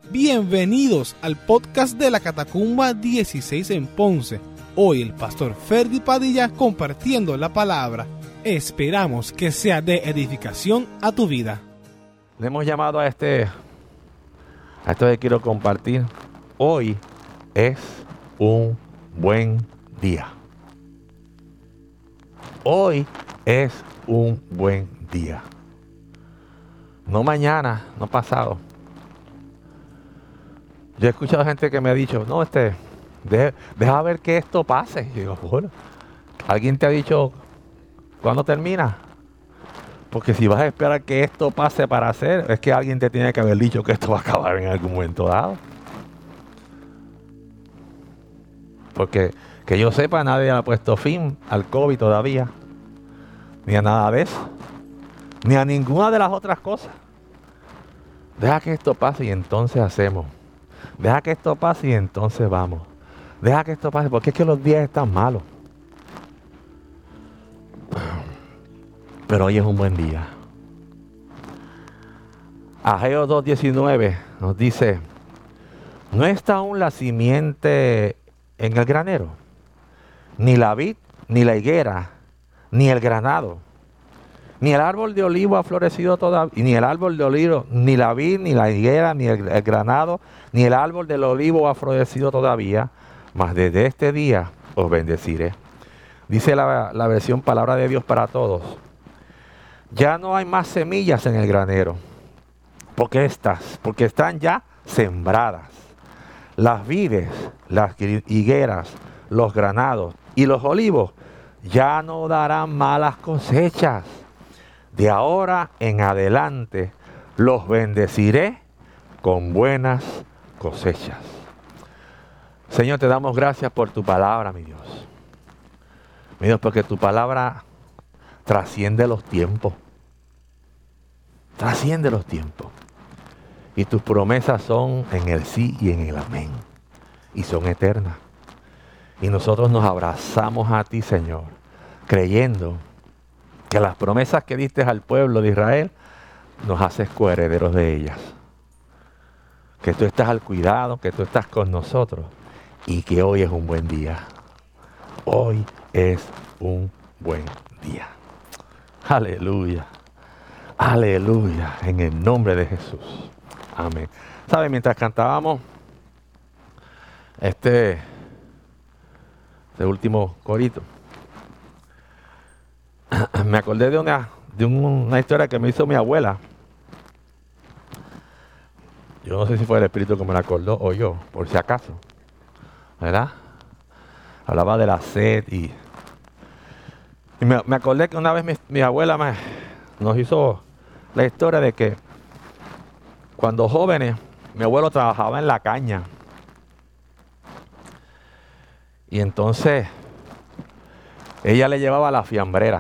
Bienvenidos al podcast de la Catacumba 16 en Ponce. Hoy el pastor Ferdy Padilla compartiendo la palabra. Esperamos que sea de edificación a tu vida. Le hemos llamado a esto que quiero compartir. Hoy es un buen día. Hoy es un buen día. No mañana, no pasado. Yo he escuchado gente que me ha dicho, no, deja ver que esto pase. Y digo, bueno, ¿alguien te ha dicho cuándo termina? Porque si vas a esperar que esto pase para hacer, es que alguien te tiene que haber dicho que esto va a acabar en algún momento dado. Porque que yo sepa, nadie ha puesto fin al COVID todavía. Ni a nada de eso. Ni a ninguna de las otras cosas. Deja que esto pase y entonces hacemos. Deja que esto pase y entonces vamos. Deja que esto pase porque es que los días están malos. Pero hoy es un buen día. Ageo 2:19 nos dice: ¿no está aún la simiente en el granero? Ni la vid, ni la higuera, ni el granado, ni el árbol de olivo ha florecido todavía, ni el árbol de olivo, ni la vid, ni la higuera, ni el granado, ni el árbol del olivo ha florecido todavía, mas desde este día os bendeciré. Dice la versión Palabra de Dios para Todos: ya no hay más semillas en el granero, porque están ya sembradas. Las vides, las higueras, los granados y los olivos ya no darán malas cosechas. De ahora en adelante los bendeciré con buenas cosechas. Señor, te damos gracias por tu palabra, mi Dios. Mi Dios, porque tu palabra trasciende los tiempos. Trasciende los tiempos. Y tus promesas son en el sí y en el amén. Y son eternas. Y nosotros nos abrazamos a ti, Señor, creyendo que las promesas que diste al pueblo de Israel nos haces coherederos de ellas. Que tú estás al cuidado, que tú estás con nosotros y que hoy es un buen día. Hoy es un buen día. Aleluya. Aleluya. En el nombre de Jesús. Amén. ¿Sabe? Mientras cantábamos este último corito, me acordé de una historia que me hizo mi abuela. Yo no sé si fue el Espíritu que me la acordó o yo, por si acaso. ¿Verdad? Hablaba de la sed y me acordé que una vez mi abuela nos hizo la historia de que cuando jóvenes, mi abuelo trabajaba en la caña. Y entonces ella le llevaba la fiambrera.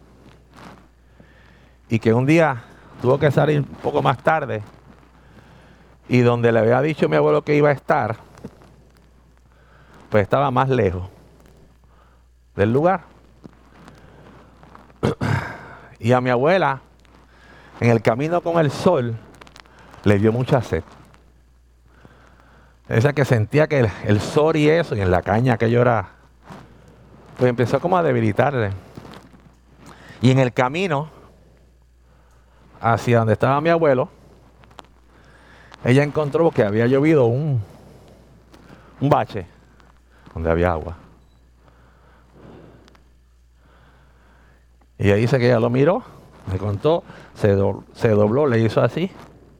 Y que un día tuvo que salir un poco más tarde. Y donde le había dicho a mi abuelo que iba a estar, pues estaba más lejos del lugar. Y a mi abuela, en el camino con el sol, le dio mucha sed. Esa que sentía que el sol y eso, y en la caña aquello era, pues empezó como a debilitarle. Y en el camino hacia donde estaba mi abuelo, ella encontró que había llovido un bache donde había agua. Y ella dice que ella lo miró, me contó, se dobló, le hizo así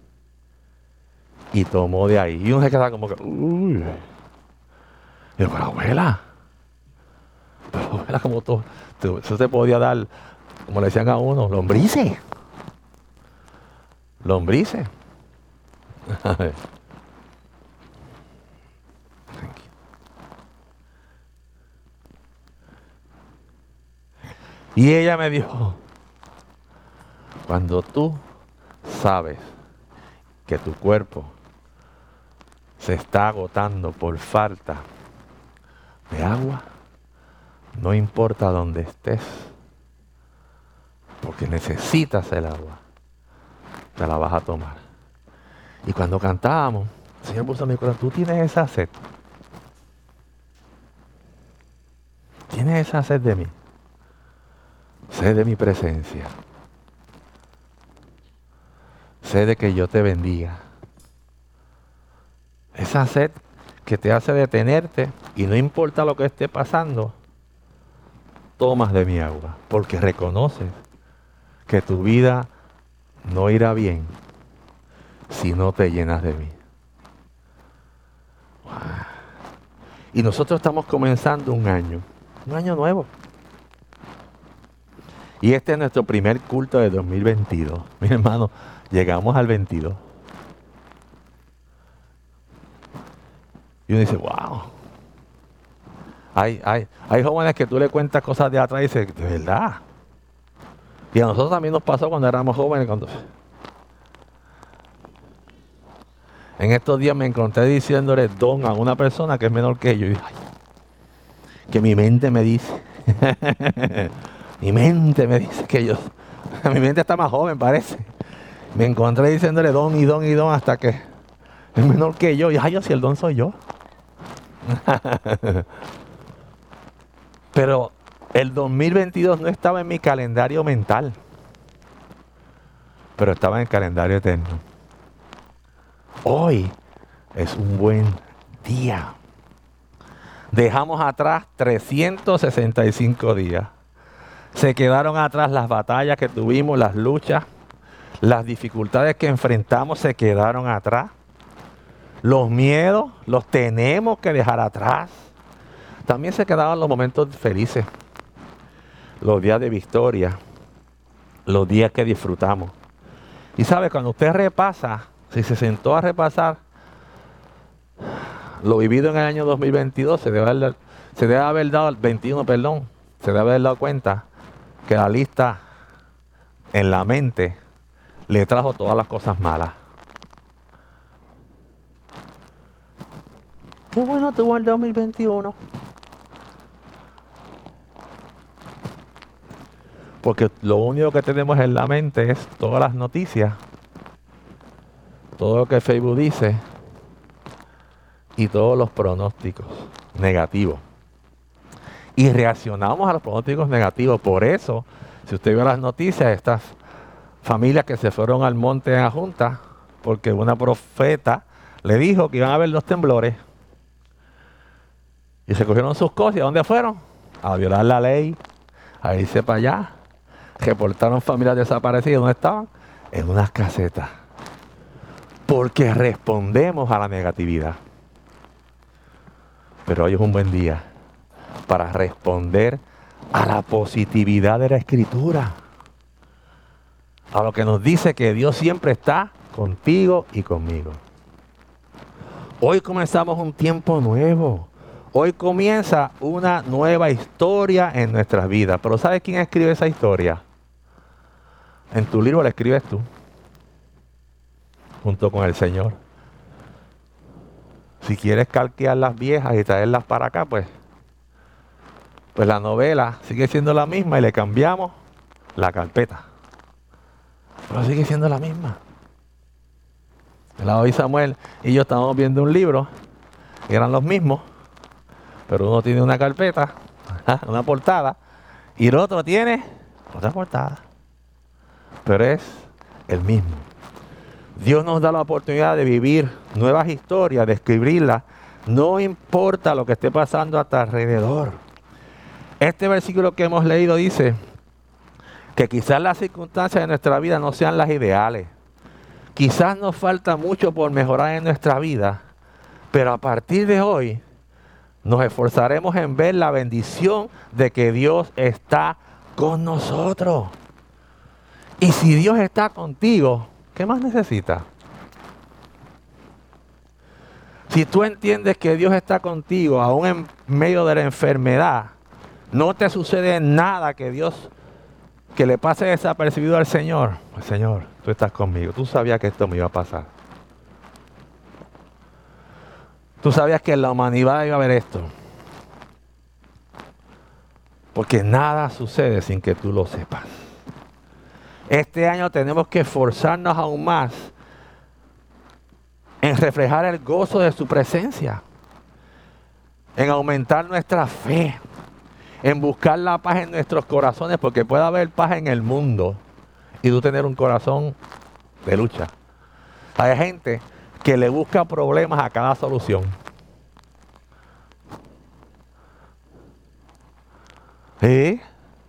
y tomó de ahí. Y uno se quedaba como que, uy. Y yo, pero abuela, como todo, eso te podía dar, como le decían a uno, lombrices. Lombrices. Y ella me dijo, cuando tú sabes que tu cuerpo se está agotando por falta de agua, no importa dónde estés, porque necesitas el agua, te la vas a tomar. Y cuando cantábamos, El Señor puso en mi corazón, tú tienes esa sed. Tienes esa sed de mí. Sed de mi presencia. Sed de que yo te bendiga. Esa sed que te hace detenerte y no importa lo que esté pasando, tomas de mi agua, porque reconoces que tu vida no irá bien si no te llenas de mí. Wow. Y nosotros estamos comenzando un año nuevo. Y este es nuestro primer culto de 2022. Mi hermano, llegamos al 22. Y uno dice, wow. Hay jóvenes que tú le cuentas cosas de atrás y dices, de verdad. Y a nosotros también nos pasó cuando éramos jóvenes. En estos días me encontré diciéndole don a una persona que es menor que yo. Y dije, ay, que mi mente me dice. Mi mente me dice que yo. Mi mente está más joven, parece. Me encontré diciéndole don y don y don hasta que es menor que yo. Y ay, yo si el don soy yo. Pero el 2022 no estaba en mi calendario mental, pero estaba en el calendario eterno. Hoy es un buen día. Dejamos atrás 365 días. Se quedaron atrás las batallas que tuvimos, las luchas, las dificultades que enfrentamos se quedaron atrás. Los miedos los tenemos que dejar atrás. También se quedaban los momentos felices, los días de victoria, los días que disfrutamos. Y sabe, cuando usted repasa, si se sentó a repasar lo vivido en el año 2022, se debe haber dado, 21, perdón, se debe haber dado cuenta que la lista en la mente le trajo todas las cosas malas. Qué bueno tuvo el 2021. Porque lo único que tenemos en la mente es todas las noticias, todo lo que Facebook dice y todos los pronósticos negativos. Y reaccionamos a los pronósticos negativos. Por eso, si usted ve las noticias, estas familias que se fueron al monte en la junta, porque una profeta le dijo que iban a haber los temblores. Y se cogieron sus cosas. ¿Y a dónde fueron? A violar la ley, a irse para allá. Reportaron familias desaparecidas. ¿Dónde estaban? En unas casetas. Porque respondemos a la negatividad. Pero hoy es un buen día para responder a la positividad de la Escritura. A lo que nos dice que Dios siempre está contigo y conmigo. Hoy comenzamos un tiempo nuevo. Hoy comienza una nueva historia en nuestras vidas. Pero ¿sabes quién escribe esa historia? En tu libro la escribes tú, junto con el Señor. Si quieres calquear las viejas y traerlas para acá, pues la novela sigue siendo la misma y le cambiamos la carpeta. Pero sigue siendo la misma. Hoy Samuel y yo estábamos viendo un libro y eran los mismos, pero uno tiene una carpeta, una portada, y el otro tiene otra portada. Pero es el mismo. Dios nos da la oportunidad de vivir nuevas historias, de escribirlas. No importa lo que esté pasando a tu alrededor. Este versículo que hemos leído dice que quizás las circunstancias de nuestra vida no sean las ideales. Quizás nos falta mucho por mejorar en nuestra vida. Pero a partir de hoy nos esforzaremos en ver la bendición de que Dios está con nosotros. Y si Dios está contigo, ¿qué más necesitas? Si tú entiendes que Dios está contigo, aún en medio de la enfermedad, no te sucede nada que le pase desapercibido al Señor. Pues, Señor, tú estás conmigo. Tú sabías que esto me iba a pasar. Tú sabías que en la humanidad iba a haber esto. Porque nada sucede sin que tú lo sepas. Este año tenemos que esforzarnos aún más en reflejar el gozo de su presencia, en aumentar nuestra fe, en buscar la paz en nuestros corazones, porque puede haber paz en el mundo y tú tener un corazón de lucha. Hay gente que le busca problemas a cada solución. ¿Sí?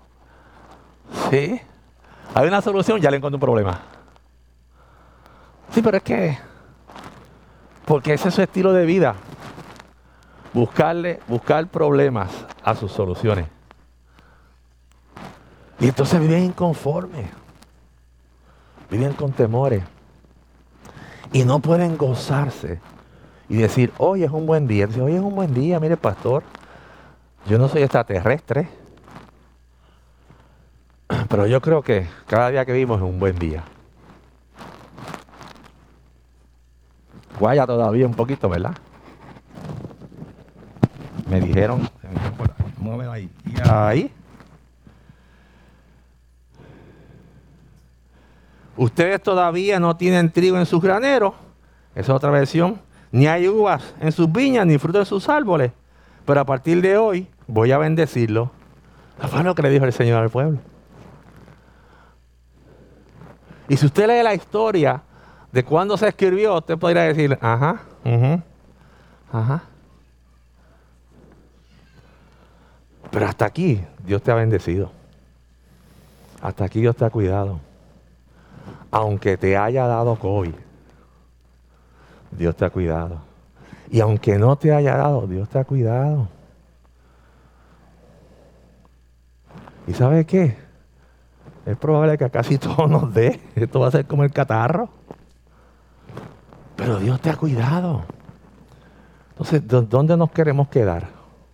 ¿Sí? Hay una solución, ya le encuentro un problema. Sí, pero es que, porque ese es su estilo de vida. Buscar problemas a sus soluciones. Y entonces viven inconformes. Viven con temores. Y no pueden gozarse y decir, hoy es un buen día. Dice, hoy es un buen día, mire pastor, yo no soy extraterrestre, pero yo creo que cada día que vivimos es un buen día. Guaya todavía un poquito, ¿verdad? Me dijeron, mueve ahí. Y ahí. Ustedes todavía no tienen trigo en sus graneros, esa es otra versión, ni hay uvas en sus viñas, ni fruto en sus árboles, pero a partir de hoy voy a bendecirlo. Eso fue lo que le dijo el Señor al pueblo. Y si usted lee la historia de cuándo se escribió, usted podría decir, ajá. Pero hasta aquí Dios te ha bendecido. Hasta aquí Dios te ha cuidado. Aunque te haya dado COVID, Dios te ha cuidado. Y aunque no te haya dado, Dios te ha cuidado. ¿Y sabe qué? Es probable que a casi todos nos dé. Esto va a ser como el catarro. Pero Dios te ha cuidado. Entonces, ¿dónde nos queremos quedar?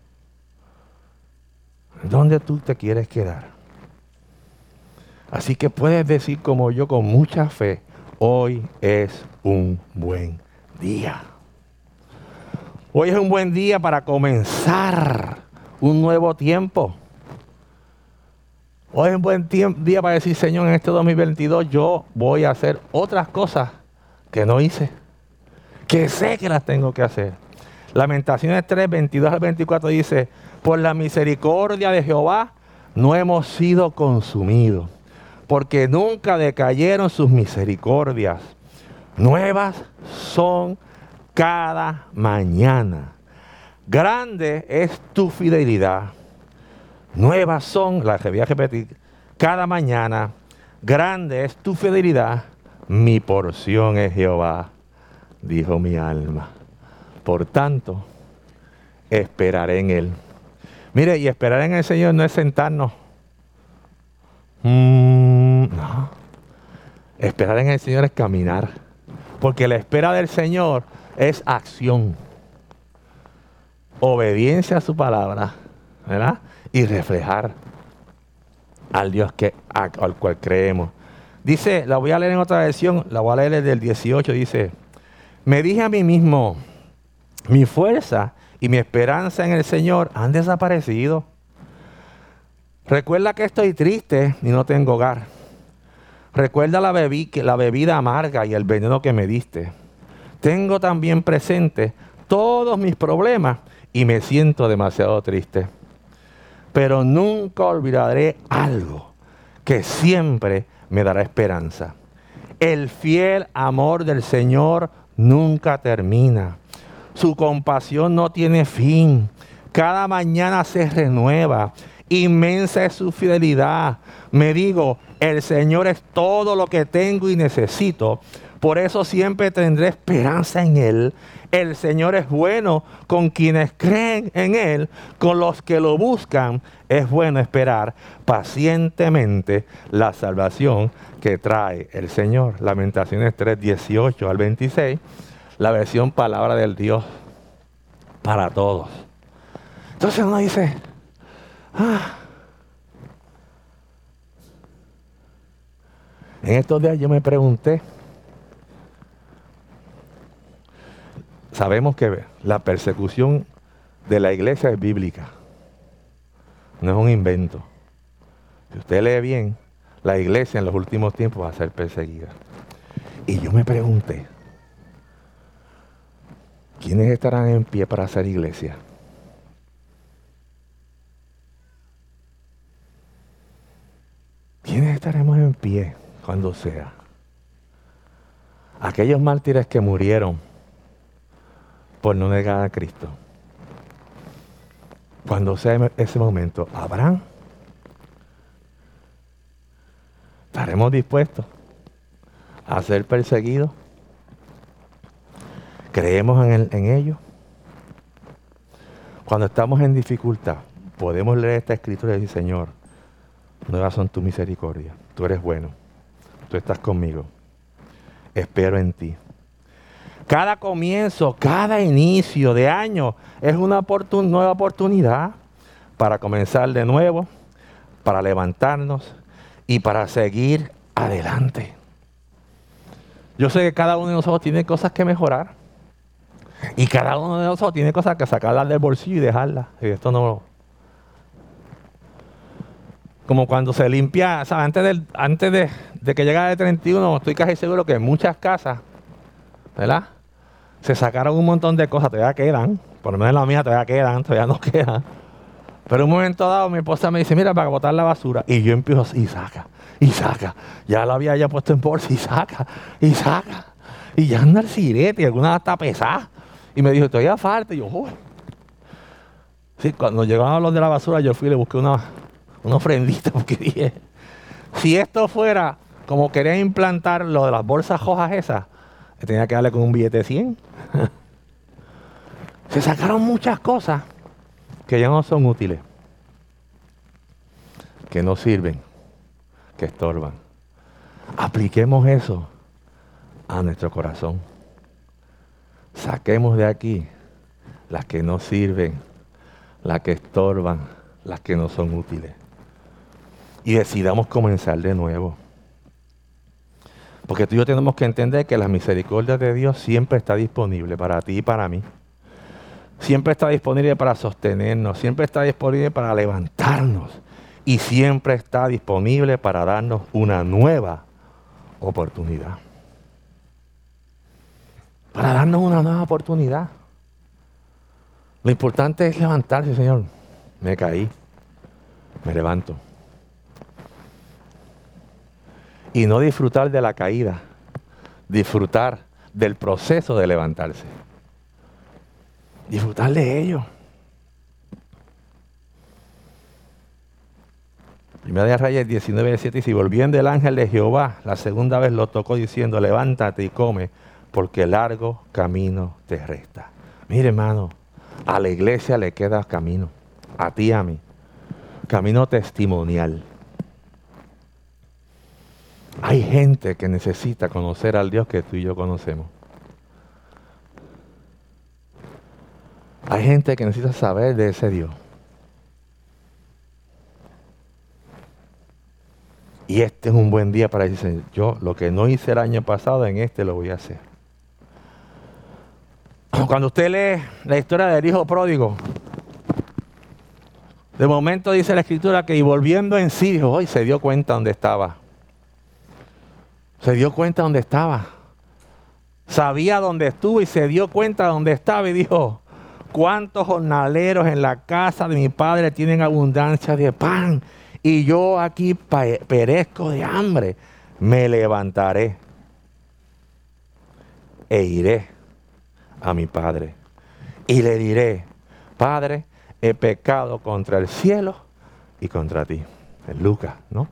¿Dónde tú te quieres quedar? Así que puedes decir como yo con mucha fe, hoy es un buen día. Hoy es un buen día para comenzar un nuevo tiempo. Hoy es un buen día para decir, Señor, en este 2022 yo voy a hacer otras cosas que no hice, que sé que las tengo que hacer. Lamentaciones 3, 22 al 24 dice, por la misericordia de Jehová no hemos sido consumidos, porque nunca decayeron sus misericordias. Nuevas son cada mañana. Grande es tu fidelidad. Nuevas son, las que voy a repetir, cada mañana. Grande es tu fidelidad. Mi porción es Jehová, dijo mi alma. Por tanto, esperaré en Él. Mire, y esperar en el Señor no es sentarnos. No. Esperar en el Señor es caminar. Porque la espera del Señor es acción. Obediencia a su palabra, ¿verdad? Y reflejar al Dios al cual creemos. Dice, la voy a leer en otra versión, la voy a leer desde el 18, dice, me dije a mí mismo, mi fuerza y mi esperanza en el Señor han desaparecido. Recuerda que estoy triste y no tengo hogar. Recuerda la bebida amarga y el veneno que me diste. Tengo también presente todos mis problemas y me siento demasiado triste. Pero nunca olvidaré algo que siempre me dará esperanza. El fiel amor del Señor nunca termina. Su compasión no tiene fin. Cada mañana se renueva. Inmensa es su fidelidad. Me digo, el Señor es todo lo que tengo y necesito. Por eso siempre tendré esperanza en Él. El Señor es bueno con quienes creen en Él, con los que lo buscan. Es bueno esperar pacientemente la salvación que trae el Señor. Lamentaciones 3, 18 al 26, la versión palabra del Dios para todos. Entonces uno dice, en estos días yo me pregunté, sabemos que la persecución de la iglesia es bíblica, no es un invento. Si usted lee bien, la iglesia en los últimos tiempos va a ser perseguida. Y yo me pregunté, ¿quiénes estarán en pie para hacer iglesia? ¿Quiénes estaremos en pie cuando sea? Aquellos mártires que murieron por no negar a Cristo. Cuando sea ese momento, ¿habrán? ¿Estaremos dispuestos a ser perseguidos? ¿Creemos en ellos? Cuando estamos en dificultad, podemos leer esta escritura y decir, Señor, nuevas son tu misericordia. Tú eres bueno. Tú estás conmigo. Espero en ti. Cada comienzo, cada inicio de año es una nueva oportunidad para comenzar de nuevo, para levantarnos y para seguir adelante. Yo sé que cada uno de nosotros tiene cosas que mejorar y cada uno de nosotros tiene cosas que sacarlas del bolsillo y dejarlas. Y esto no... Como cuando se limpia, ¿sabes? Antes de que llegara el 31, estoy casi seguro que en muchas casas, ¿verdad? Se sacaron un montón de cosas, todavía quedan, por lo menos en la mía todavía no quedan. Pero en un momento dado mi esposa me dice, mira, para botar la basura. Y yo empiezo así, y saca. Ya la había ya puesto en bolsa y saca. Y ya anda el sirete, y alguna está pesada. Y me dijo, todavía falta. Y yo, ¡oh! Sí, cuando llegaban los de la basura, yo fui y le busqué una ofrendita, porque dije, si esto fuera como quería implantar lo de las bolsas rojas esas, tenía que darle con un billete de 100. Se sacaron muchas cosas que ya no son útiles, que no sirven, que estorban. Apliquemos eso a nuestro corazón. Saquemos de aquí las que no sirven, las que estorban, las que no son útiles. Y decidamos comenzar de nuevo. Porque tú y yo tenemos que entender que la misericordia de Dios siempre está disponible para ti y para mí. Siempre está disponible para sostenernos, siempre está disponible para levantarnos y siempre está disponible para darnos una nueva oportunidad. Para darnos una nueva oportunidad. Lo importante es levantarse, Señor. Me caí, me levanto. Y no disfrutar de la caída, disfrutar del proceso de levantarse. Disfrutar de ello. Primera de Reyes 19:7 dice, y volviendo el ángel de Jehová, la segunda vez lo tocó diciendo, levántate y come, porque largo camino te resta. Mire, hermano, a la iglesia le queda camino, a ti y a mí, camino testimonial. Hay gente que necesita conocer al Dios que tú y yo conocemos. Hay gente que necesita saber de ese Dios. Y este es un buen día para decir, yo lo que no hice el año pasado, en este lo voy a hacer. Cuando usted lee la historia del hijo pródigo, de momento dice la escritura que y volviendo en sí, dijo, hoy se dio cuenta dónde estaba. Se dio cuenta dónde estaba. Sabía dónde estuvo y se dio cuenta dónde estaba y dijo, ¿cuántos jornaleros en la casa de mi padre tienen abundancia de pan? Y yo aquí perezco de hambre. Me levantaré e iré a mi padre. Y le diré, Padre, he pecado contra el cielo y contra ti. En Lucas, ¿no?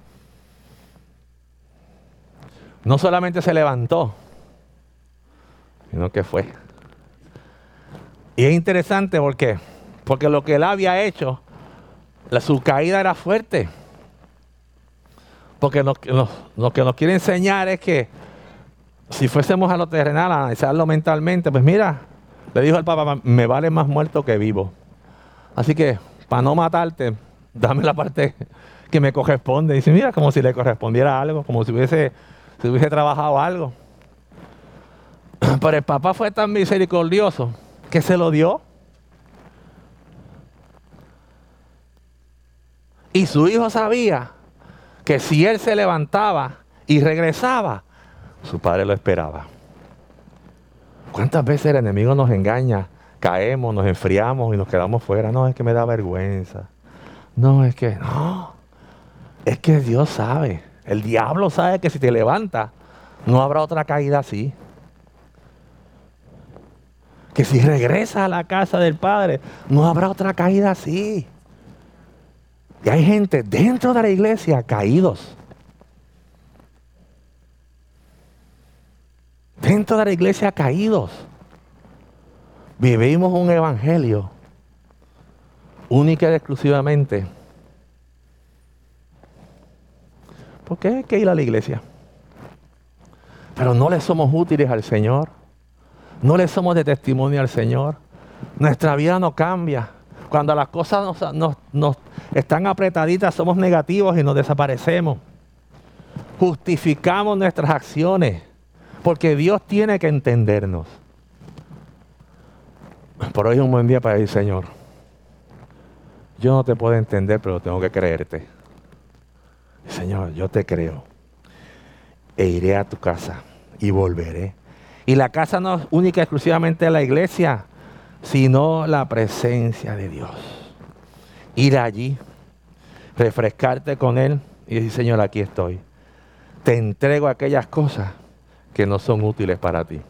No solamente se levantó, sino que fue. Y es interesante porque lo que él había hecho, su caída era fuerte. Porque lo que nos quiere enseñar es que si fuésemos a lo terrenal, a analizarlo mentalmente, pues mira, le dijo al Papa, me vale más muerto que vivo. Así que, para no matarte, dame la parte que me corresponde. Y dice, mira, como si le correspondiera algo, como si hubiese trabajado algo. Pero el papá fue tan misericordioso que se lo dio. Y su hijo sabía que si él se levantaba y regresaba, su padre lo esperaba. ¿Cuántas veces el enemigo nos engaña? Caemos, nos enfriamos y nos quedamos fuera. No, es que me da vergüenza. No, es que Dios sabe. El diablo sabe que si te levantas, no habrá otra caída así. Que si regresas a la casa del Padre, no habrá otra caída así. Y hay gente dentro de la iglesia caídos. Dentro de la iglesia caídos. Vivimos un evangelio única y exclusivamente. ¿Por qué hay que ir a la iglesia? Pero no le somos útiles al Señor. No le somos de testimonio al Señor. Nuestra vida no cambia. Cuando las cosas nos están apretaditas, somos negativos y nos desaparecemos. Justificamos nuestras acciones. Porque Dios tiene que entendernos. Por hoy es un buen día para decir, Señor, yo no te puedo entender, pero tengo que creerte. Señor, yo te creo. E iré a tu casa y volveré. Y la casa no es única exclusivamente la iglesia, sino la presencia de Dios. Ir allí, refrescarte con Él y decir, Señor, aquí estoy. Te entrego aquellas cosas que no son útiles para ti.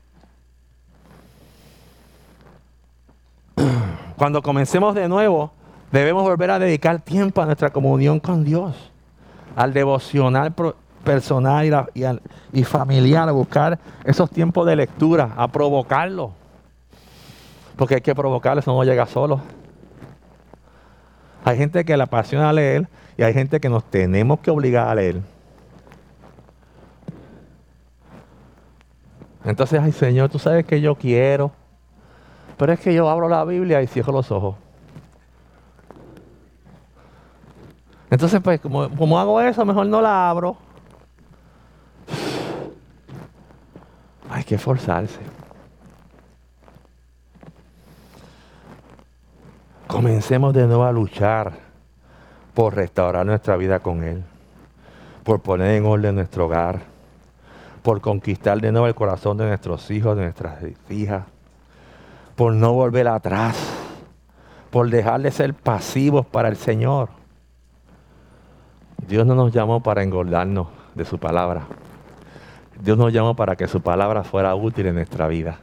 Cuando comencemos de nuevo, debemos volver a dedicar tiempo a nuestra comunión con Dios, al devocional personal y familiar, a buscar esos tiempos de lectura, a provocarlo. Porque hay que provocarlo, eso no llega solo. Hay gente que le apasiona leer y hay gente que nos tenemos que obligar a leer. Entonces, ay Señor, tú sabes que yo quiero, pero es que yo abro la Biblia y cierro los ojos. Entonces, pues, como hago eso, mejor no la abro. Hay que esforzarse. Comencemos de nuevo a luchar por restaurar nuestra vida con Él, por poner en orden nuestro hogar, por conquistar de nuevo el corazón de nuestros hijos, de nuestras hijas, por no volver atrás, por dejar de ser pasivos para el Señor. Dios no nos llamó para engordarnos de su palabra. Dios nos llamó para que su palabra fuera útil en nuestra vida.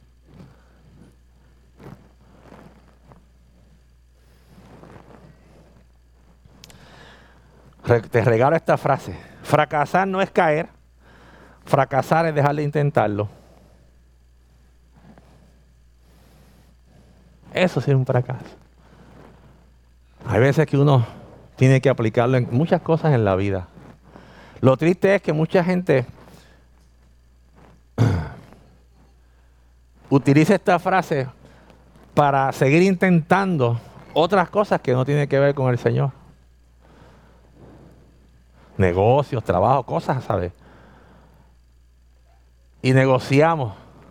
Te regalo esta frase. Fracasar no es caer. Fracasar es dejar de intentarlo. Eso sí es un fracaso. Hay veces que uno tiene que aplicarlo en muchas cosas en la vida. Lo triste es que mucha gente utiliza esta frase para seguir intentando otras cosas que no tienen que ver con el Señor. Negocios, trabajo, cosas, ¿sabes? Y negociamos.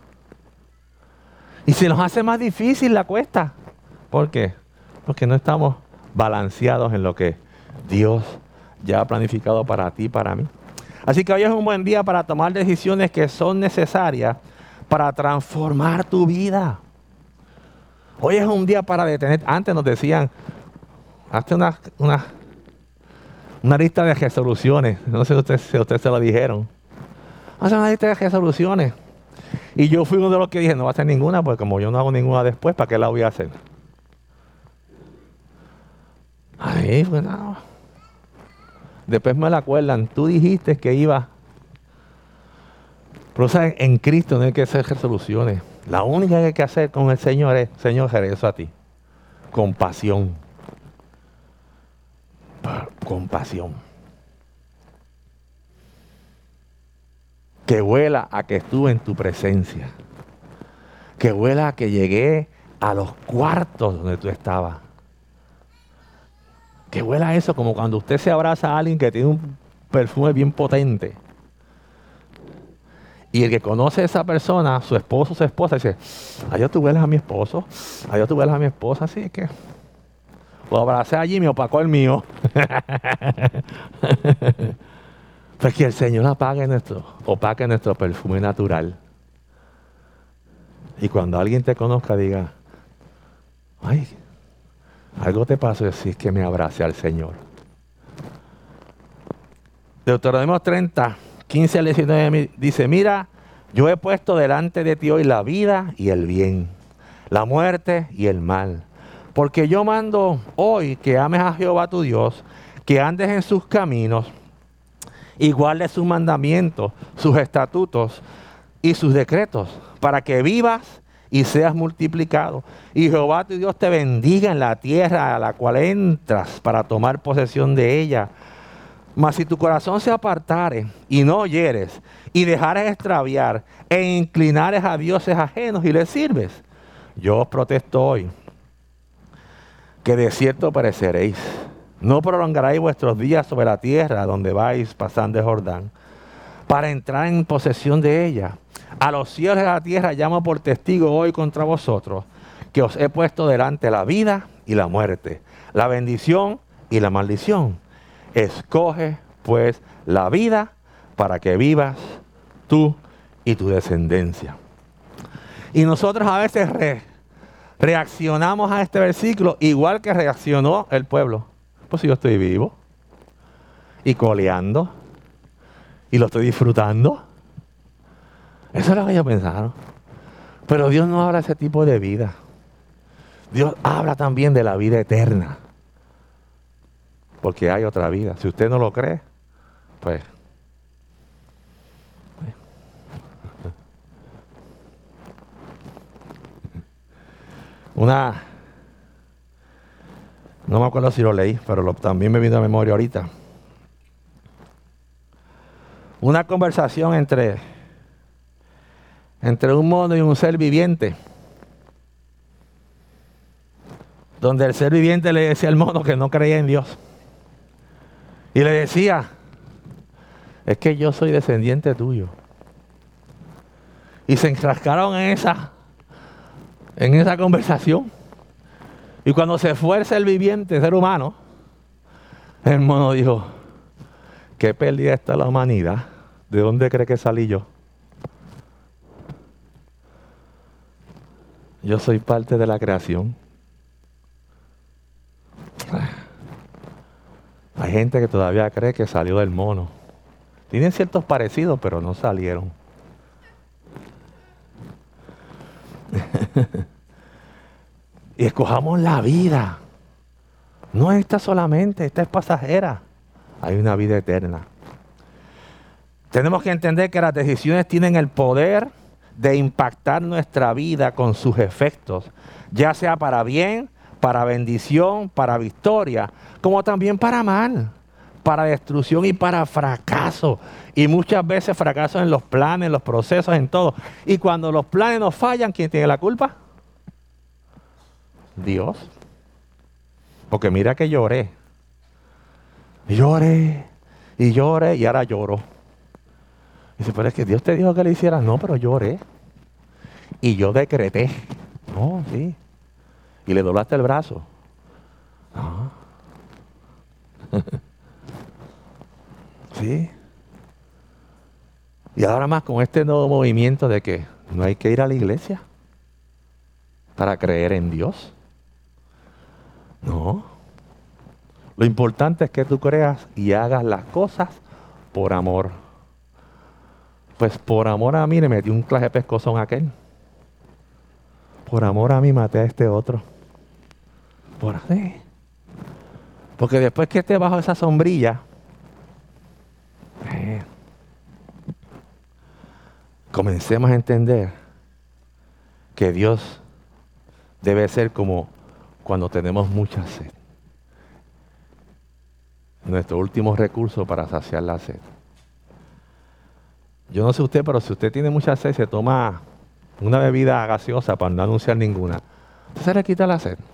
Y se nos hace más difícil la cuesta. ¿Por qué? Porque no estamos balanceados en lo que Dios ya ha planificado para ti y para mí. Así que hoy es un buen día para tomar decisiones que son necesarias para transformar tu vida. Hoy es un día para detener. Antes nos decían, hazte una lista de resoluciones. No sé si ustedes se lo dijeron. Haz una lista de resoluciones. Y yo fui uno de los que dije, no va a hacer ninguna, porque como yo no hago ninguna después, ¿para qué la voy a hacer? Ahí, pues no. Después me la acuerdan, tú dijiste que iba. Pero ¿sabes? En Cristo no hay que hacer resoluciones. La única que hay que hacer con el Señor es, Señor, regreso a ti. Compasión. Compasión. Que huela a que estuve en tu presencia. Que huela a que llegué a los cuartos donde tú estabas. Que huela a eso como cuando usted se abraza a alguien que tiene un perfume bien potente. Y el que conoce a esa persona, su esposo o su esposa, dice, adiós, tú hueles a mi esposo. Adiós, tú hueles a mi esposa. Así que lo abracé allí y me opacó el mío. Pues que el Señor opaque nuestro perfume natural. Y cuando alguien te conozca, diga, ay, algo te pasó, decir que me abrace al Señor. Deuteronomio 30, 15 al 19 dice, mira, yo he puesto delante de ti hoy la vida y el bien, la muerte y el mal. Porque yo mando hoy que ames a Jehová tu Dios, que andes en sus caminos y guardes sus mandamientos, sus estatutos y sus decretos, para que vivas y seas multiplicado. Y Jehová tu Dios te bendiga en la tierra a la cual entras para tomar posesión de ella. Mas si tu corazón se apartare y no oyeres y dejares extraviar e inclinares a dioses ajenos y les sirves, yo os protesto hoy que de cierto pereceréis. No prolongaréis vuestros días sobre la tierra donde vais pasando el Jordán para entrar en posesión de ella. A los cielos de la tierra llamo por testigo hoy contra vosotros que os he puesto delante la vida y la muerte, la bendición y la maldición. Escoge pues la vida para que vivas tú y tu descendencia. Y nosotros a veces reaccionamos a este versículo igual que reaccionó el pueblo. Pues si yo estoy vivo y coleando y lo estoy disfrutando. Eso es lo que ellos pensaron. Pero Dios no habla de ese tipo de vida. Dios habla también de la vida eterna. Porque hay otra vida. Si usted no lo cree, pues... No me acuerdo si lo leí, pero también me vino a memoria ahorita. Una conversación entre un mono y un ser viviente. Donde el ser viviente le decía al mono que no creía en Dios. Y le decía, es que yo soy descendiente tuyo. Y se enfrascaron en esa conversación. Y cuando se fue el ser viviente, el ser humano, el mono dijo, qué pérdida está la humanidad. ¿De dónde cree que salí yo? Yo soy parte de la creación. Hay gente que todavía cree que salió del mono. Tienen ciertos parecidos, pero no salieron. Y escojamos la vida. No esta solamente, esta es pasajera. Hay una vida eterna. Tenemos que entender que las decisiones tienen el poder de impactar nuestra vida con sus efectos, ya sea para bien, para bendición, para victoria, como también para mal, para destrucción y para fracaso. Y muchas veces fracaso en los planes, en los procesos, en todo. Y cuando los planes nos fallan, ¿quién tiene la culpa? Dios. Porque mira que lloré. Lloré y lloré y ahora lloro. Dice, pero es que Dios te dijo que le hicieras. No, pero lloré. Y yo decreté. No, sí. Y le doblaste el brazo. No. Sí. Y ahora más con este nuevo movimiento de que no hay que ir a la iglesia para creer en Dios. No. Lo importante es que tú creas y hagas las cosas por amor. Pues por amor a mí le metí un clase de pescozón a aquel. Por amor a mí maté a este otro. Por así. Porque después que esté bajo esa sombrilla, comencemos a entender que Dios debe ser como cuando tenemos mucha sed. Nuestro último recurso para saciar la sed. Yo no sé usted, pero si usted tiene mucha sed, se toma una bebida gaseosa para no anunciar ninguna, se le quita la sed.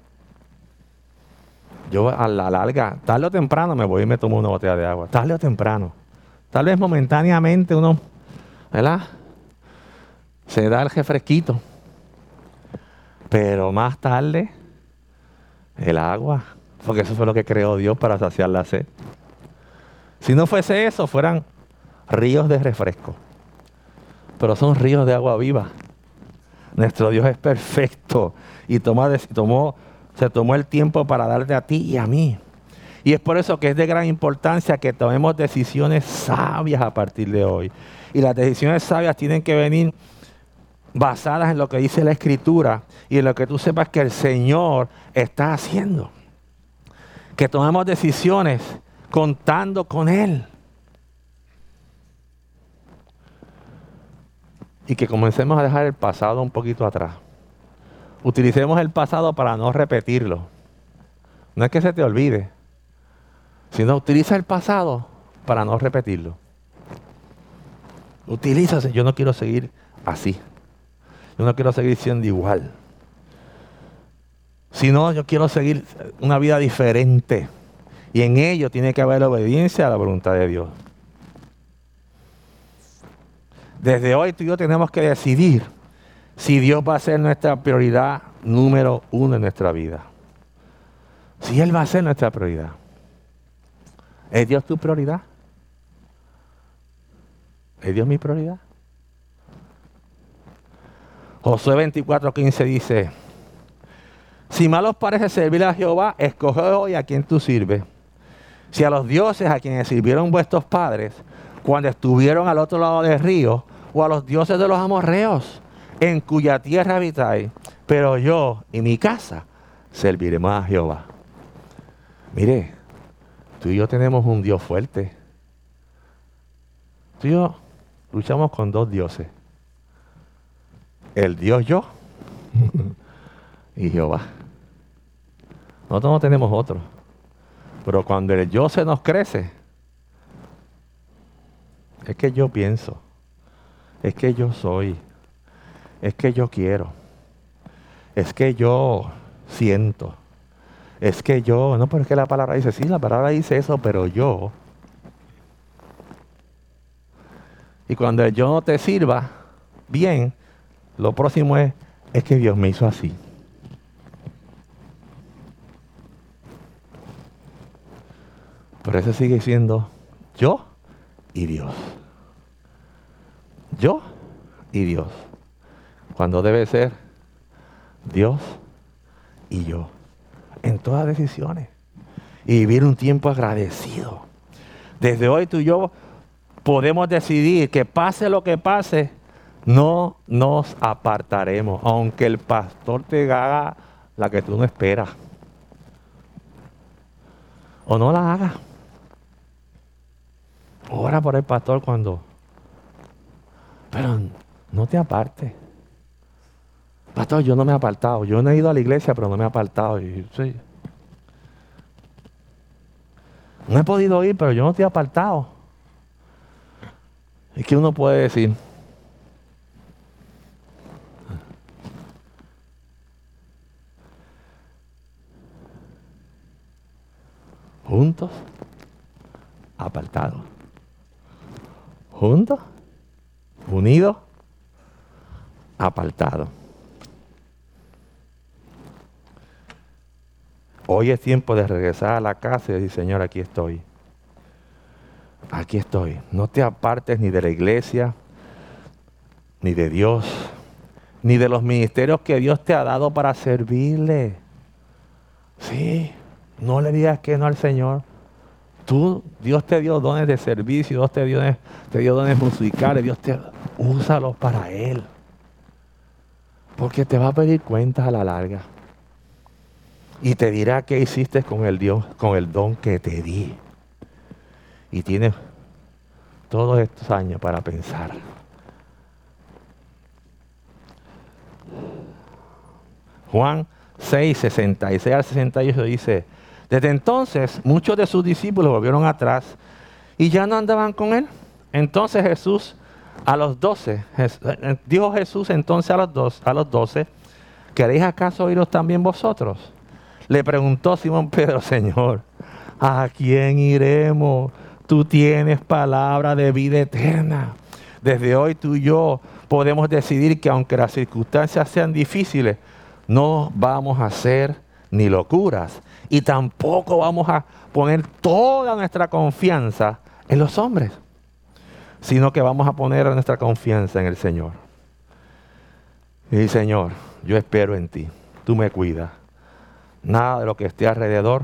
Yo a la larga, tarde o temprano me voy y me tomo una botella de agua. Tarde o temprano. Tal vez momentáneamente uno, ¿verdad? Se da el refresquito. Pero más tarde, el agua. Porque eso fue lo que creó Dios para saciar la sed. Si no fuese eso, fueran ríos de refresco. Pero son ríos de agua viva. Nuestro Dios es perfecto y se tomó el tiempo para darte a ti y a mí. Y es por eso que es de gran importancia que tomemos decisiones sabias a partir de hoy. Y las decisiones sabias tienen que venir basadas en lo que dice la Escritura y en lo que tú sepas que el Señor está haciendo. Que tomemos decisiones contando con Él. Y que comencemos a dejar el pasado un poquito atrás. Utilicemos el pasado para no repetirlo. No es que se te olvide, sino utiliza el pasado para no repetirlo. Utilízase. Yo no quiero seguir así. Yo no quiero seguir siendo igual. Sino yo quiero seguir una vida diferente. Y en ello tiene que haber obediencia a la voluntad de Dios. Desde hoy tú y yo tenemos que decidir si Dios va a ser nuestra prioridad número 1 en nuestra vida. Si Él va a ser nuestra prioridad. ¿Es Dios tu prioridad? ¿Es Dios mi prioridad? Josué 24:15 dice: si mal os parece servir a Jehová, escoge hoy a quien tú sirves. Si a los dioses a quienes sirvieron vuestros padres cuando estuvieron al otro lado del río, o a los dioses de los amorreos, en cuya tierra habitáis, pero yo y mi casa serviremos a Jehová. Mire, tú y yo tenemos un Dios fuerte. Tú y yo luchamos con 2 dioses. El Dios yo y Jehová. Nosotros no tenemos otro. Pero cuando el yo se nos crece, es que yo pienso, es que yo soy, es que yo quiero, es que yo siento, es que yo, no, pero es que la palabra dice, sí, la palabra dice eso, pero yo. Y cuando el yo no te sirva bien, lo próximo es que Dios me hizo así. Pero ese sigue siendo yo y Dios. Yo y Dios. Cuando debe ser Dios y yo. En todas decisiones. Y vivir un tiempo agradecido. Desde hoy tú y yo podemos decidir que pase lo que pase, no nos apartaremos. Aunque el pastor te haga la que tú no esperas. O no la haga. Ora por el pastor cuando... Pero no te apartes. Pastor, yo no me he apartado. Yo no he ido a la iglesia, pero no me he apartado. Sí. No he podido ir, pero yo no estoy apartado. ¿Y qué uno puede decir? Juntos, apartados. Juntos, unidos, apartados. Hoy es tiempo de regresar a la casa y decir, Señor, aquí estoy. Aquí estoy. No te apartes ni de la iglesia, ni de Dios, ni de los ministerios que Dios te ha dado para servirle. Sí, no le digas que no al Señor. Dios te dio dones de servicio, Dios te dio dones musicales, úsalos para Él. Porque te va a pedir cuentas a la larga. Y te dirá qué hiciste con el don que te di. Y tienes todos estos años para pensar. Juan 6, 66 al 68 dice: desde entonces muchos de sus discípulos volvieron atrás y ya no andaban con él. Entonces dijo Jesús entonces a los 12, ¿queréis acaso iros también vosotros? Le preguntó Simón Pedro, Señor, ¿a quién iremos? Tú tienes palabra de vida eterna. Desde hoy tú y yo podemos decidir que aunque las circunstancias sean difíciles, no vamos a hacer ni locuras y tampoco vamos a poner toda nuestra confianza en los hombres, sino que vamos a poner nuestra confianza en el Señor. Y Señor, yo espero en ti. Tú me cuidas. Nada de lo que esté alrededor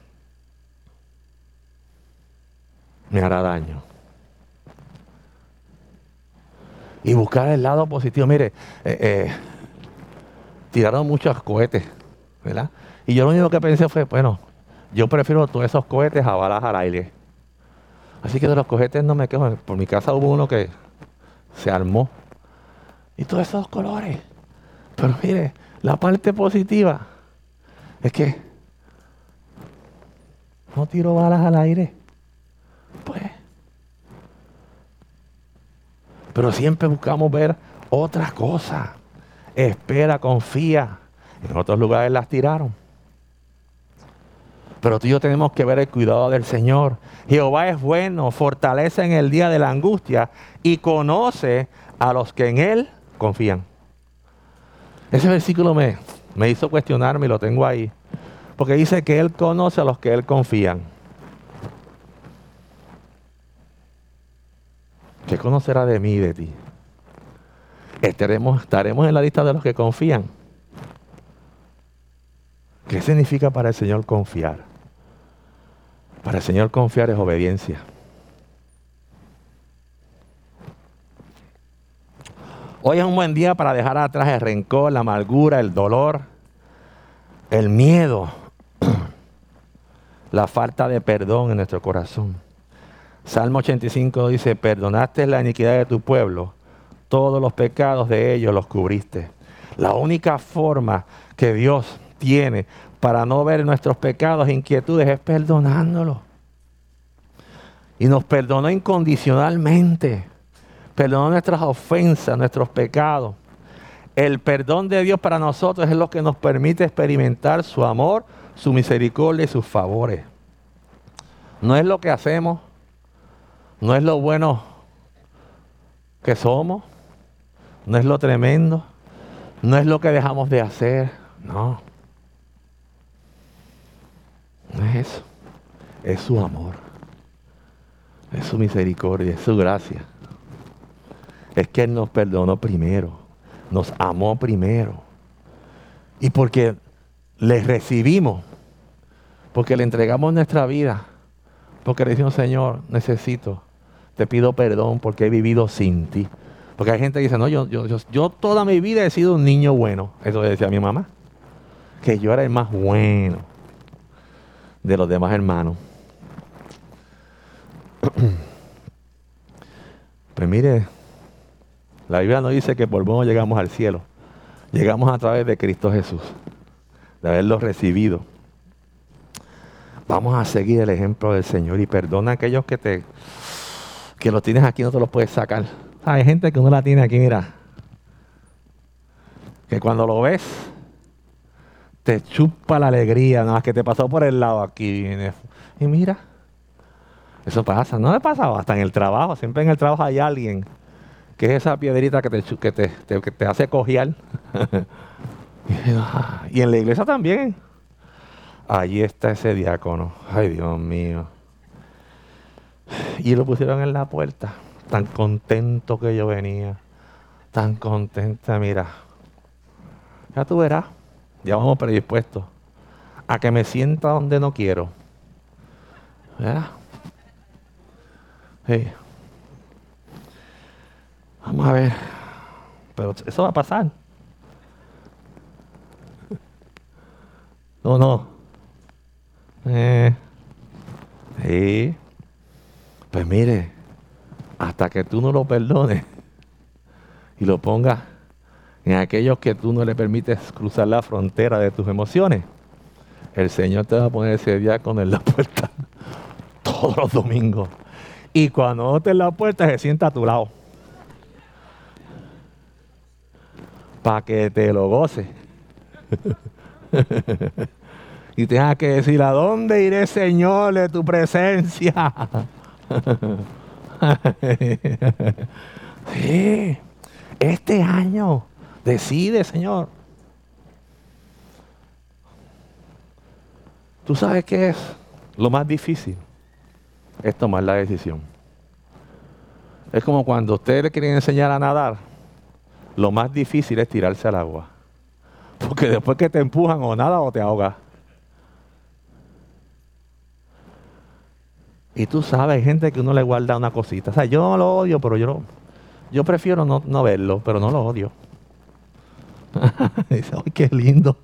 me hará daño. Y buscar el lado positivo. Mire, tiraron muchos cohetes, ¿verdad? Y yo lo único que pensé fue, bueno, yo prefiero todos esos cohetes a balas al aire. Así que de los cohetes no me quejo. Por mi casa hubo uno que se armó. Y todos esos colores. Pero mire, la parte positiva es que no tiro balas al aire. Pues. Pero siempre buscamos ver otra cosa. Espera, confía. En otros lugares las tiraron. Pero tú y yo tenemos que ver el cuidado del Señor. Jehová es bueno, fortalece en el día de la angustia y conoce a los que en Él confían. Ese versículo me hizo cuestionarme y lo tengo ahí. Porque dice que Él conoce a los que Él confían. ¿Qué conocerá de mí y de ti? ¿Estaremos en la lista de los que confían? ¿Qué significa para el Señor confiar? Para el Señor confiar es obediencia. Hoy es un buen día para dejar atrás el rencor, la amargura, el dolor, el miedo, la falta de perdón en nuestro corazón. Salmo 85 dice, perdonaste la iniquidad de tu pueblo, todos los pecados de ellos los cubriste. La única forma que Dios tiene para no ver nuestros pecados e inquietudes es perdonándolos. Y nos perdonó incondicionalmente. Perdonó nuestras ofensas, nuestros pecados. El perdón de Dios para nosotros es lo que nos permite experimentar su amor, su misericordia y sus favores. No es lo que hacemos, no es lo bueno que somos, no es lo tremendo, no es lo que dejamos de hacer, no. No es eso, es su amor, es su misericordia, es su gracia. Es que Él nos perdonó primero, nos amó primero. Y porque le recibimos, porque le entregamos nuestra vida, porque le decimos, Señor, necesito, te pido perdón porque he vivido sin ti. Porque hay gente que dice, no, yo toda mi vida he sido un niño bueno. Eso decía mi mamá, que yo era el más bueno de los demás hermanos. Pues mire, la Biblia nos dice que por bueno llegamos al cielo. Llegamos a través de Cristo Jesús, de haberlo recibido. Vamos a seguir el ejemplo del Señor y perdona a aquellos que los tienes aquí, no te los puedes sacar. Hay gente que uno la tiene aquí, mira, que cuando lo ves, te chupa la alegría, nada más que te pasó por el lado aquí. Y mira, eso pasa, no me pasaba hasta en el trabajo, siempre en el trabajo hay alguien que es esa piedrita que te hace cojear. Y en la iglesia también. Allí está ese diácono. Ay, Dios mío. Y lo pusieron en la puerta. Tan contento que yo venía. Tan contenta, mira. Ya tú verás. Ya vamos predispuestos a que me sienta donde no quiero. ¿Verdad? Sí. Vamos a ver. Pero eso va a pasar. No. Sí. Pues mire, hasta que tú no lo perdones y lo pongas en aquellos que tú no le permites cruzar la frontera de tus emociones, el Señor te va a poner ese diácono en la puerta todos los domingos. Y cuando no esté en la puerta, se sienta a tu lado. Para que te lo goce. Y tengas que decir, ¿a dónde iré, Señor, de tu presencia? Sí, este año decide, Señor. ¿Tú sabes qué es lo más difícil? Es tomar la decisión. Es como cuando ustedes le quieren enseñar a nadar lo más difícil es tirarse al agua. Porque después que te empujan o nada o te ahogas. Y tú sabes, hay gente que uno le guarda una cosita. O sea, yo no lo odio, pero yo prefiero no verlo, pero no lo odio. Dice, ¡ay, qué lindo!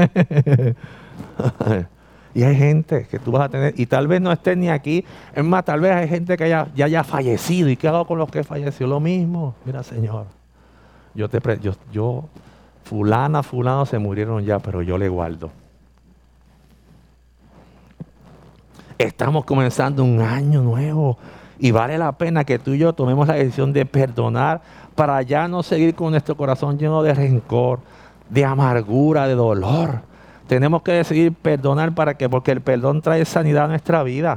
Y hay gente que tú vas a tener, y tal vez no estén ni aquí. Es más, tal vez hay gente que ya haya fallecido. ¿Y qué hago con los que falleció? Lo mismo. Mira, Señor, fulano se murieron ya, pero yo le guardo. Estamos comenzando un año nuevo y vale la pena que tú y yo tomemos la decisión de perdonar para ya no seguir con nuestro corazón lleno de rencor, de amargura, de dolor. Tenemos que decidir perdonar porque el perdón trae sanidad a nuestra vida.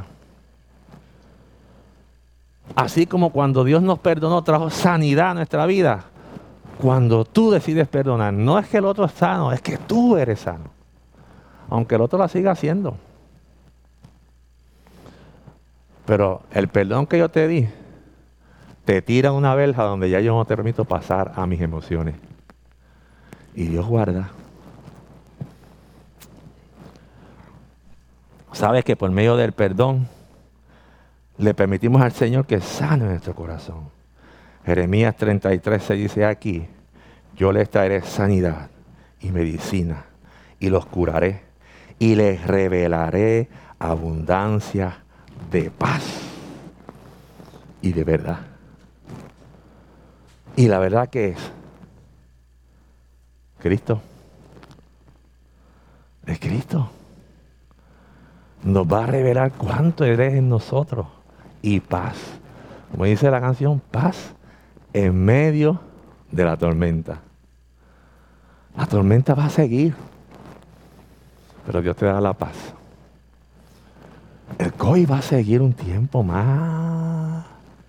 Así como cuando Dios nos perdonó, trajo sanidad a nuestra vida. Cuando tú decides perdonar, no es que el otro es sano, es que tú eres sano. Aunque el otro la siga haciendo. Pero el perdón que yo te di, te tira una verja donde ya yo no te permito pasar a mis emociones. Y Dios guarda. Sabes que por medio del perdón le permitimos al Señor que sane nuestro corazón. Jeremías 33 se dice aquí, yo les traeré sanidad y medicina y los curaré y les revelaré abundancia de paz y de verdad. ¿Y la verdad qué es? Cristo. Es Cristo. Nos va a revelar cuánto eres en nosotros y paz. Como dice la canción, paz en medio de la tormenta. La tormenta va a seguir, pero Dios te da la paz. El COVID va a seguir un tiempo más,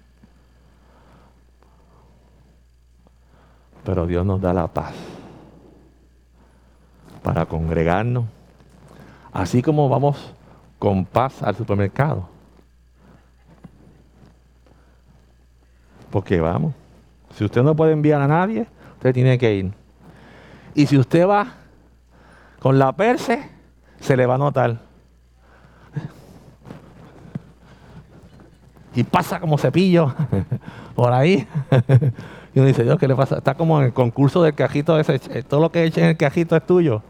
pero Dios nos da la paz para congregarnos, así como vamos con paz al supermercado. Porque vamos, si usted no puede enviar a nadie, usted tiene que ir. Y si usted va con la perse, se le va a notar. Y pasa como cepillo por ahí. Y uno dice, Dios, ¿qué le pasa? Está como en el concurso del cajito ese. Todo lo que eche en el cajito es tuyo.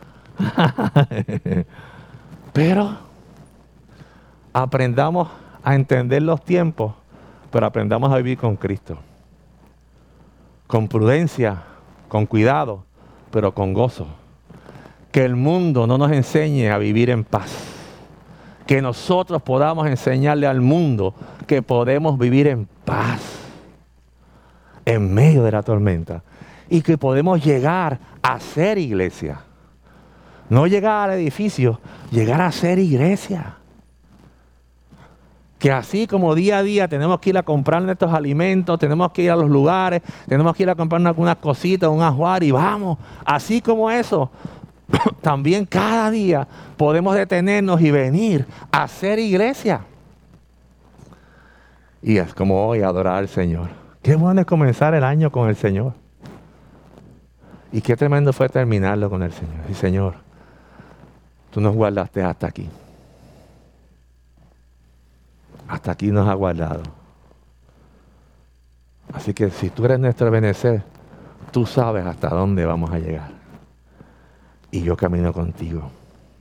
Pero aprendamos a entender los tiempos, pero aprendamos a vivir con Cristo. Con prudencia, con cuidado, pero con gozo. Que el mundo no nos enseñe a vivir en paz. Que nosotros podamos enseñarle al mundo que podemos vivir en paz en medio de la tormenta y que podemos llegar a ser iglesia. No llegar al edificio, llegar a ser iglesia. Que así como día a día tenemos que ir a comprar nuestros alimentos, tenemos que ir a los lugares, tenemos que ir a comprar algunas cositas, un ajuar y vamos. Así como eso, también cada día podemos detenernos y venir a ser iglesia. Y es como hoy adorar al Señor. Qué bueno es comenzar el año con el Señor. Y qué tremendo fue terminarlo con el Señor. Y Señor, tú nos guardaste hasta aquí. Hasta aquí nos has guardado. Así que si tú eres nuestro Ebenezer, tú sabes hasta dónde vamos a llegar. Y yo camino contigo.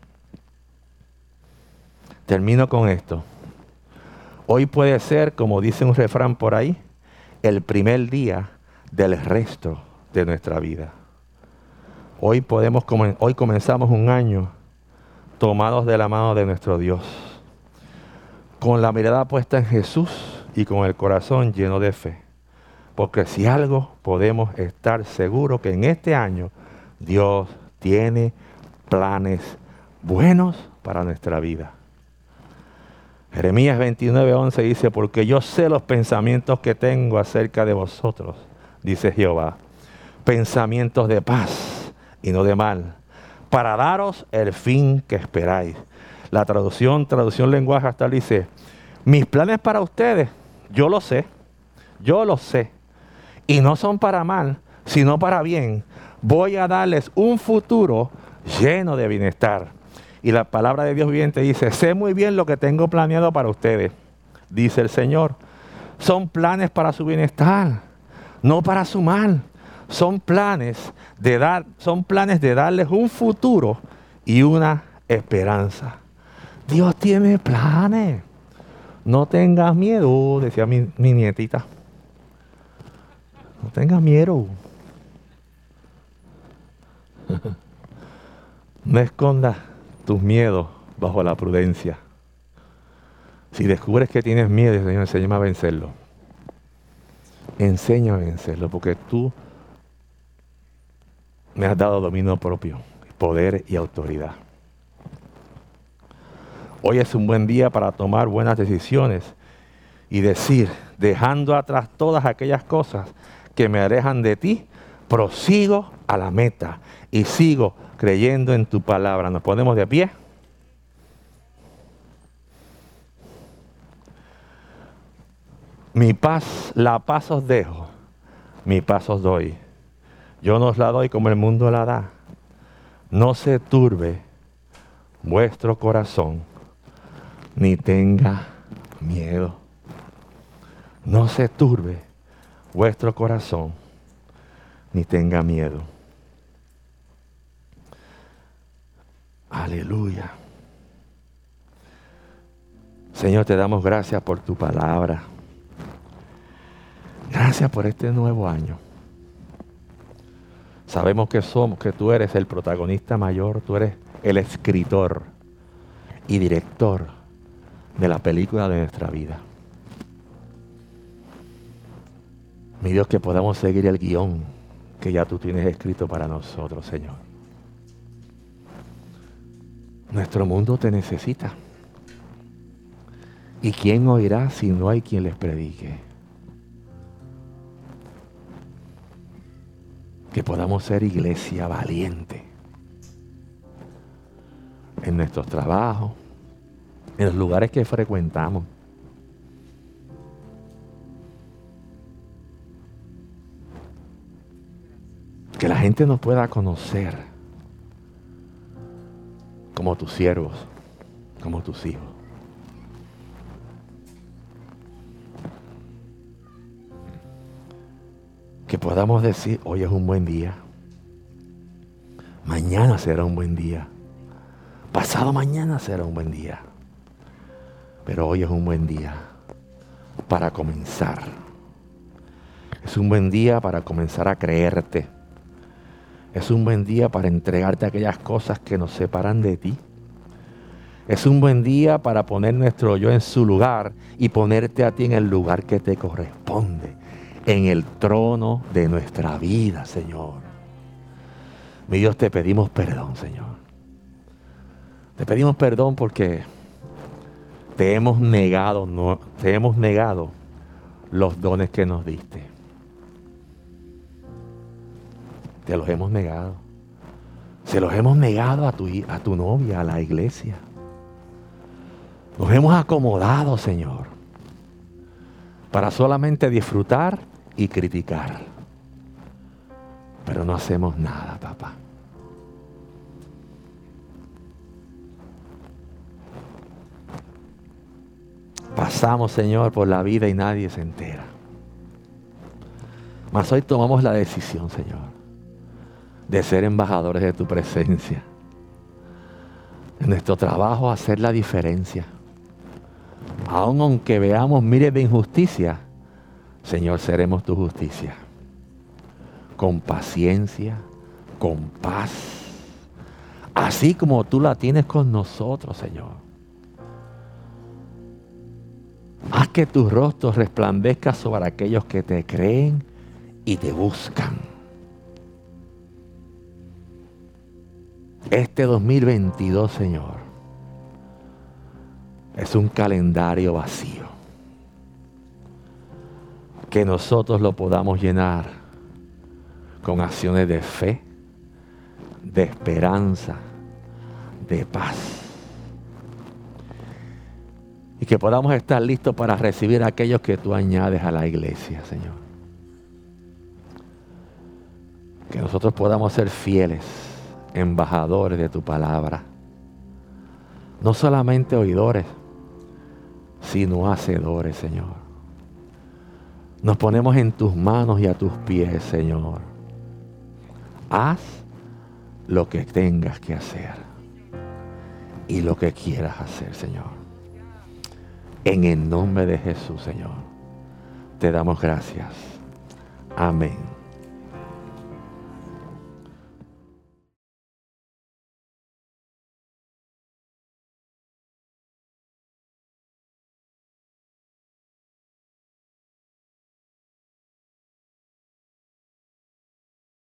Termino con esto. Hoy puede ser, como dice un refrán por ahí, el primer día del resto de nuestra vida. Hoy comenzamos un año tomados de la mano de nuestro Dios, con la mirada puesta en Jesús y con el corazón lleno de fe. Porque si algo podemos estar seguros que en este año Dios tiene planes buenos para nuestra vida. Jeremías 29:11 dice, porque yo sé los pensamientos que tengo acerca de vosotros, dice Jehová, pensamientos de paz y no de mal, para daros el fin que esperáis. La traducción lenguaje actual dice, mis planes para ustedes, yo lo sé, y no son para mal, sino para bien. Voy a darles un futuro lleno de bienestar. Y la palabra de Dios viviente dice, sé muy bien lo que tengo planeado para ustedes, dice el Señor. Son planes para su bienestar, no para su mal. Son planes de darles un futuro y una esperanza. Dios tiene planes. No tengas miedo, decía mi nietita. No tengas miedo. No escondas tus miedos bajo la prudencia. Si descubres que tienes miedo, Señor, enséñame a vencerlo. Enséñame a vencerlo, porque tú me has dado dominio propio, poder y autoridad. Hoy es un buen día para tomar buenas decisiones y decir, dejando atrás todas aquellas cosas que me alejan de ti, prosigo a la meta y sigo creyendo en tu palabra. ¿Nos ponemos de pie? La paz os dejo, mi paz os doy. Yo no os la doy como el mundo la da. No se turbe vuestro corazón, ni tenga miedo. No se turbe vuestro corazón, ni tenga miedo. Aleluya. Señor, te damos gracias por tu palabra. Gracias por este nuevo año. Sabemos que tú eres el protagonista mayor, tú eres el escritor y director de la película de nuestra vida. Mi Dios, que podamos seguir el guión que ya tú tienes escrito para nosotros, Señor. Nuestro mundo te necesita. ¿Y quién oirá si no hay quien les predique? Que podamos ser iglesia valiente en nuestros trabajos, en los lugares que frecuentamos. Que la gente nos pueda conocer como tus siervos, como tus hijos. Que podamos decir, hoy es un buen día. Mañana será un buen día. Pasado mañana será un buen día. Pero hoy es un buen día para comenzar. Es un buen día para comenzar a creerte. Es un buen día para entregarte aquellas cosas que nos separan de ti. Es un buen día para poner nuestro yo en su lugar y ponerte a ti en el lugar que te corresponde. En el trono de nuestra vida, Señor. Mi Dios, te pedimos perdón, Señor. Te pedimos perdón porque te hemos negado los dones que nos diste. Te los hemos negado. Se los hemos negado a tu novia, a la iglesia. Nos hemos acomodado, Señor, para solamente disfrutar y criticar. Pero no hacemos nada, papá. Pasamos, Señor, por la vida y nadie se entera. Mas hoy tomamos la decisión, Señor, de ser embajadores de tu presencia. En nuestro trabajo hacer la diferencia. Aun aunque veamos miles de injusticias, Señor, seremos tu justicia. Con paciencia, con paz. Así como tú la tienes con nosotros, Señor. Haz que tu rostro resplandezca sobre aquellos que te creen y te buscan. Este 2022, Señor, es un calendario vacío. Que nosotros lo podamos llenar con acciones de fe, de esperanza, de paz. Y que podamos estar listos para recibir a aquellos que tú añades a la iglesia, Señor. Que nosotros podamos ser fieles embajadores de tu palabra. No solamente oidores, sino hacedores, Señor. Nos ponemos en tus manos y a tus pies, Señor. Haz lo que tengas que hacer y lo que quieras hacer, Señor. En el nombre de Jesús, Señor, te damos gracias. Amén.